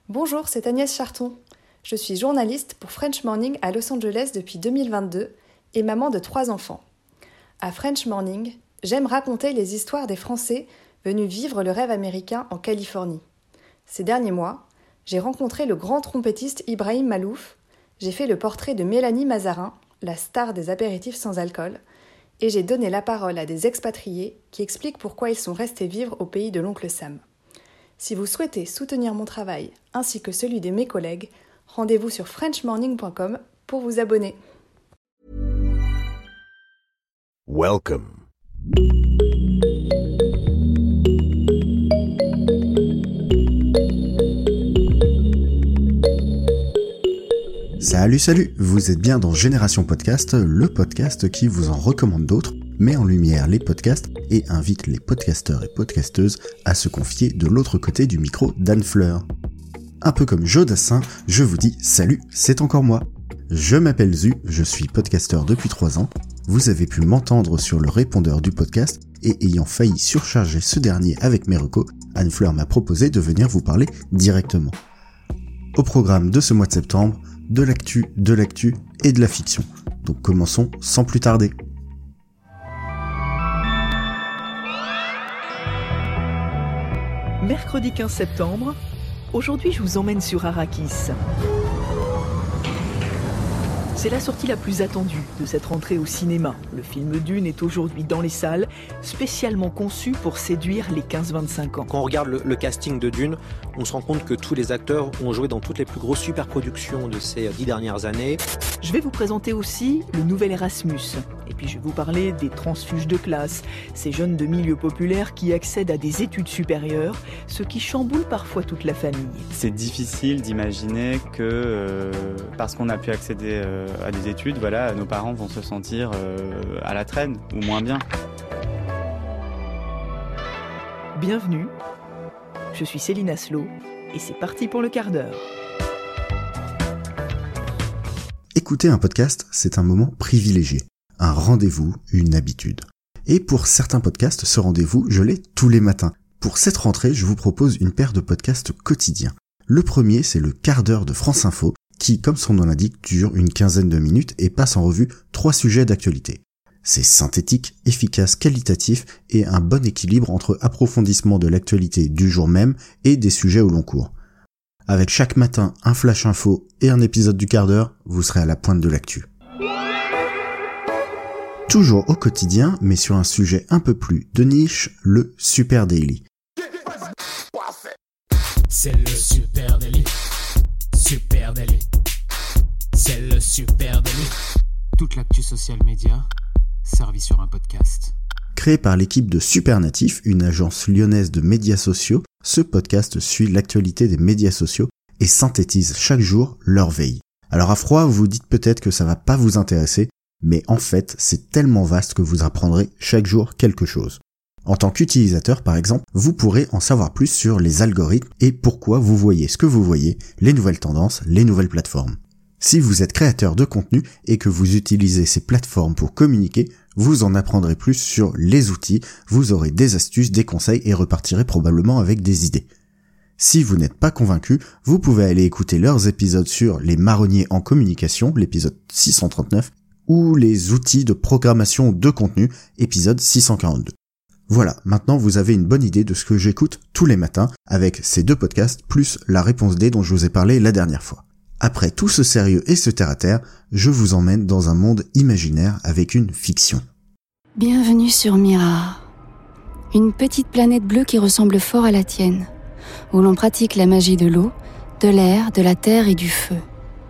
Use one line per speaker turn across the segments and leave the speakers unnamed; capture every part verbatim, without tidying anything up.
Bonjour, c'est Agnès Charton. Je suis journaliste pour French Morning à Los Angeles depuis deux mille vingt-deux et maman de trois enfants. À French Morning, j'aime raconter les histoires des Français venus vivre le rêve américain en Californie. Ces derniers mois, j'ai rencontré le grand trompettiste Ibrahim Malouf, j'ai fait le portrait de Mélanie Mazarin, la star des apéritifs sans alcool, et j'ai donné la parole à des expatriés qui expliquent pourquoi ils sont restés vivre au pays de l'oncle Sam. Si vous souhaitez soutenir mon travail ainsi que celui de mes collègues, rendez-vous sur french morning point com pour vous abonner.
Welcome.
Salut, salut, vous êtes bien dans Génération Podcast, le podcast qui vous en recommande d'autres, met en lumière les podcasts et invite les podcasteurs et podcasteuses à se confier de l'autre côté du micro d'Anne Fleur. Un peu comme Joe Dassin, je vous dis salut, c'est encore moi. Je m'appelle Zu, je suis podcasteur depuis trois ans. Vous avez pu m'entendre sur le répondeur du podcast et ayant failli surcharger ce dernier avec mes recos, Anne Fleur m'a proposé de venir vous parler directement. Au programme de ce mois de septembre, de l'actu, de l'actu et de la fiction. Donc commençons sans plus tarder.
Mercredi quinze septembre, aujourd'hui je vous emmène sur Arrakis. C'est la sortie la plus attendue de cette rentrée au cinéma. Le film Dune est aujourd'hui dans les salles, spécialement conçu pour séduire les quinze vingt-cinq ans.
Quand on regarde le, le casting de Dune, on se rend compte que tous les acteurs ont joué dans toutes les plus grosses superproductions de ces dix dernières années.
Je vais vous présenter aussi le nouvel Erasmus. Et puis je vais vous parler des transfuges de classe, ces jeunes de milieux populaires qui accèdent à des études supérieures, ce qui chamboule parfois toute la famille.
C'est difficile d'imaginer que euh, parce qu'on a pu accéder euh, à des études, voilà, nos parents vont se sentir euh, à la traîne ou moins bien.
Bienvenue, je suis Céline Aslo et c'est parti pour le quart d'heure.
Écouter un podcast, c'est un moment privilégié, un rendez-vous, une habitude. Et pour certains podcasts, ce rendez-vous, je l'ai tous les matins. Pour cette rentrée, je vous propose une paire de podcasts quotidiens. Le premier, c'est le quart d'heure de France Info, qui, comme son nom l'indique, dure une quinzaine de minutes et passe en revue trois sujets d'actualité. C'est synthétique, efficace, qualitatif et un bon équilibre entre approfondissement de l'actualité du jour même et des sujets au long cours. Avec chaque matin un flash info et un épisode du quart d'heure, vous serez à la pointe de l'actu. Toujours au quotidien, mais sur un sujet un peu plus de niche, le Super Daily.
C'est le Super Daily. Super Daily. C'est le Super Daily. Toute l'actu social média servie sur un podcast.
Créé par l'équipe de Supernatif, une agence lyonnaise de médias sociaux, ce podcast suit l'actualité des médias sociaux et synthétise chaque jour leur veille. Alors à froid, vous vous dites peut-être que ça va pas vous intéresser, mais en fait, c'est tellement vaste que vous apprendrez chaque jour quelque chose. En tant qu'utilisateur, par exemple, vous pourrez en savoir plus sur les algorithmes et pourquoi vous voyez ce que vous voyez, les nouvelles tendances, les nouvelles plateformes. Si vous êtes créateur de contenu et que vous utilisez ces plateformes pour communiquer, vous en apprendrez plus sur les outils, vous aurez des astuces, des conseils et repartirez probablement avec des idées. Si vous n'êtes pas convaincu, vous pouvez aller écouter leurs épisodes sur les marronniers en communication, l'épisode six cent trente-neuf, ou les outils de programmation de contenu, épisode six cent quarante-deux. Voilà, maintenant vous avez une bonne idée de ce que j'écoute tous les matins avec ces deux podcasts plus la réponse D dont je vous ai parlé la dernière fois. Après tout ce sérieux et ce terre-à-terre, je vous emmène dans un monde imaginaire avec une fiction.
Bienvenue sur Mira, une petite planète bleue qui ressemble fort à la tienne, où l'on pratique la magie de l'eau, de l'air, de la terre et du feu.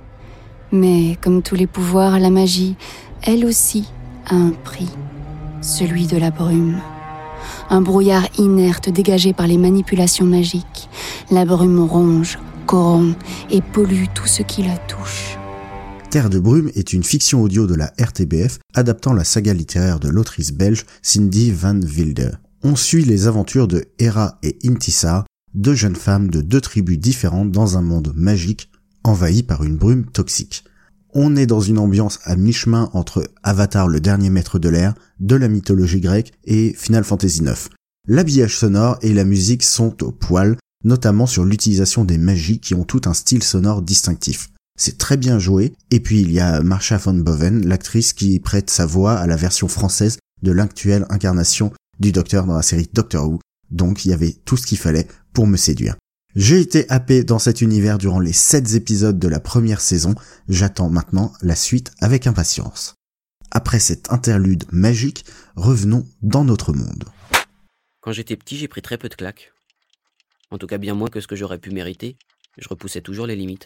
Mais comme tous les pouvoirs, la magie, elle aussi, a un prix, celui de la brume. Un brouillard inerte dégagé par les manipulations magiques. La brume ronge, corrompt et pollue tout ce qui la touche.
Terre de brume est une fiction audio de la R T B F adaptant la saga littéraire de l'autrice belge Cindy van Wilder. On suit les aventures de Hera et Intisar, deux jeunes femmes de deux tribus différentes dans un monde magique envahi par une brume toxique. On est dans une ambiance à mi-chemin entre Avatar le dernier maître de l'air, de la mythologie grecque et Final Fantasy neuf. L'habillage sonore et la musique sont au poil, notamment sur l'utilisation des magies qui ont tout un style sonore distinctif. C'est très bien joué, et puis il y a Marsha von Boven, l'actrice qui prête sa voix à la version française de l'actuelle incarnation du Docteur dans la série Doctor Who, donc il y avait tout ce qu'il fallait pour me séduire. J'ai été happé dans cet univers durant les sept épisodes de la première saison, j'attends maintenant la suite avec impatience. Après cet interlude magique, revenons dans notre monde.
Quand j'étais petit, j'ai pris très peu de claques. En tout cas bien moins que ce que j'aurais pu mériter, je repoussais toujours les limites.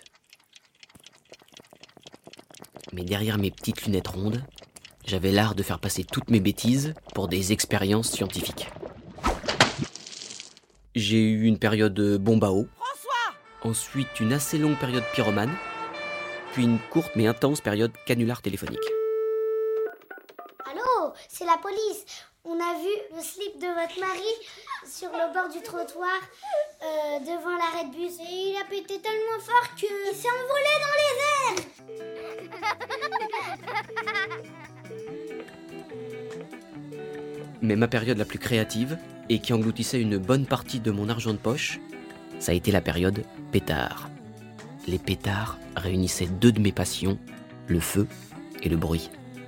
Mais derrière mes petites lunettes rondes, j'avais l'art de faire passer toutes mes bêtises pour des expériences scientifiques. J'ai eu une période bombe à eau, François ensuite une assez longue période pyromane, puis une courte mais intense période canular téléphonique.
Allô, c'est la police. On a vu le slip de votre mari sur le bord du trottoir euh, devant l'arrêt de bus. Et il a pété tellement fort qu'il s'est envolé dans les airs.
Mais ma période la plus créative, et qui engloutissait une bonne partie de mon argent de poche, ça a été la période pétard. Les pétards réunissaient deux de mes passions, le feu et le bruit.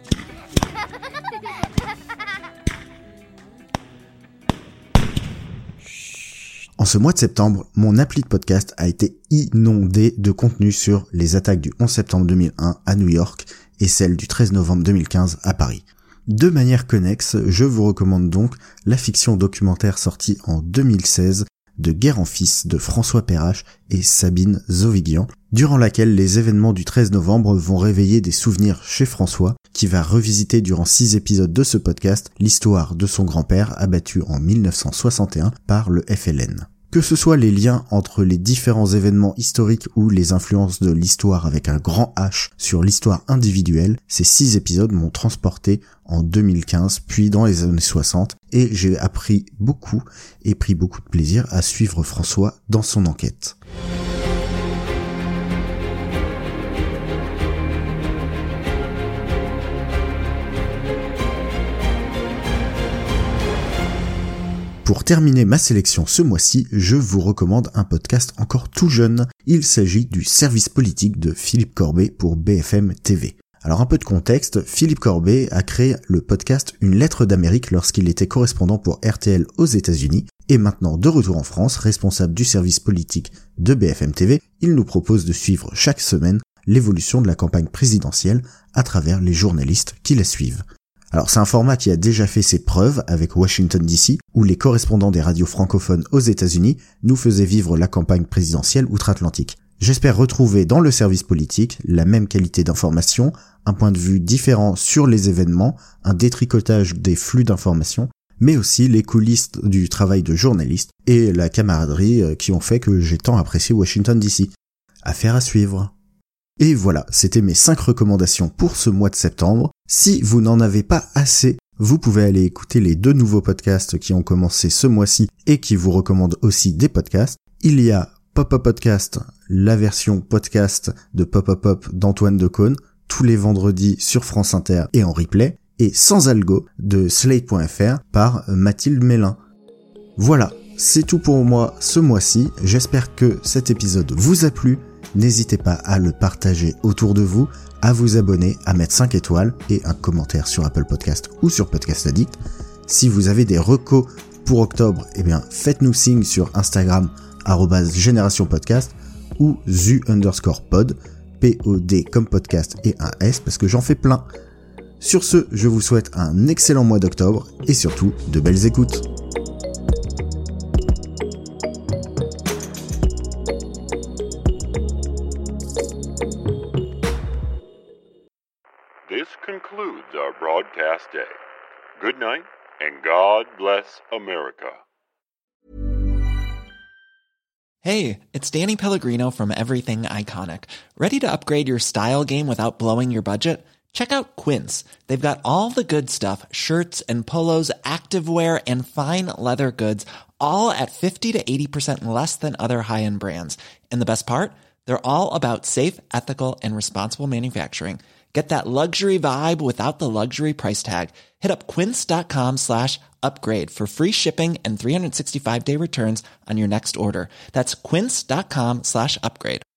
En ce mois de septembre, mon appli de podcast a été inondé de contenu sur les attaques du onze septembre deux mille un à New York et celles du treize novembre deux mille quinze à Paris. De manière connexe, je vous recommande donc la fiction documentaire sortie en deux mille seize de Guerre en Fils de François Perrache et Sabine Zovigian, durant laquelle les événements du treize novembre vont réveiller des souvenirs chez François, qui va revisiter durant six épisodes de ce podcast l'histoire de son grand-père abattu en mille neuf cent soixante et un par le F L N. Que ce soit les liens entre les différents événements historiques ou les influences de l'histoire avec un grand H sur l'histoire individuelle, ces six épisodes m'ont transporté en deux mille quinze puis dans les années soixante et j'ai appris beaucoup et pris beaucoup de plaisir à suivre François dans son enquête. Pour terminer ma sélection ce mois-ci, je vous recommande un podcast encore tout jeune. Il s'agit du Service politique de Philippe Corbet pour B F M T V. Alors un peu de contexte, Philippe Corbet a créé le podcast Une lettre d'Amérique lorsqu'il était correspondant pour R T L aux États-Unis et maintenant de retour en France, responsable du service politique de B F M T V, il nous propose de suivre chaque semaine l'évolution de la campagne présidentielle à travers les journalistes qui la suivent. Alors c'est un format qui a déjà fait ses preuves avec Washington D C, où les correspondants des radios francophones aux États-Unis nous faisaient vivre la campagne présidentielle outre-Atlantique. J'espère retrouver dans le service politique la même qualité d'information, un point de vue différent sur les événements, un détricotage des flux d'informations, mais aussi les coulisses du travail de journaliste et la camaraderie qui ont fait que j'ai tant apprécié Washington D C. Affaire à suivre. Et voilà, c'était mes cinq recommandations pour ce mois de septembre. Si vous n'en avez pas assez, vous pouvez aller écouter les deux nouveaux podcasts qui ont commencé ce mois-ci et qui vous recommandent aussi des podcasts. Il y a Pop-Up Podcast, la version podcast de Pop-Up Pop d'Antoine Decaune, tous les vendredis sur France Inter et en replay, et Sans Algo de Slate point F R par Mathilde Mélin. Voilà, c'est tout pour moi ce mois-ci. J'espère que cet épisode vous a plu. N'hésitez pas à le partager autour de vous, à vous abonner, à mettre cinq étoiles et un commentaire sur Apple Podcast ou sur Podcast Addict. Si vous avez des recos pour octobre, eh bien, faites-nous signe sur Instagram, arobase Génération Podcast ou zu underscore pod, P O D comme podcast et un S parce que j'en fais plein. Sur ce, je vous souhaite un excellent mois d'octobre et surtout de belles écoutes.
This concludes our broadcast day. Good night, and God bless America.
Hey, it's Danny Pellegrino from Everything Iconic. Ready to upgrade your style game without blowing your budget? Check out Quince. They've got all the good stuff, shirts and polos, activewear, and fine leather goods, all at fifty to eighty percent less than other high-end brands. And the best part? They're all about safe, ethical, and responsible manufacturing. Get that luxury vibe without the luxury price tag. Hit up quince.com slash upgrade for free shipping and three sixty-five day returns on your next order. That's quince.com slash upgrade.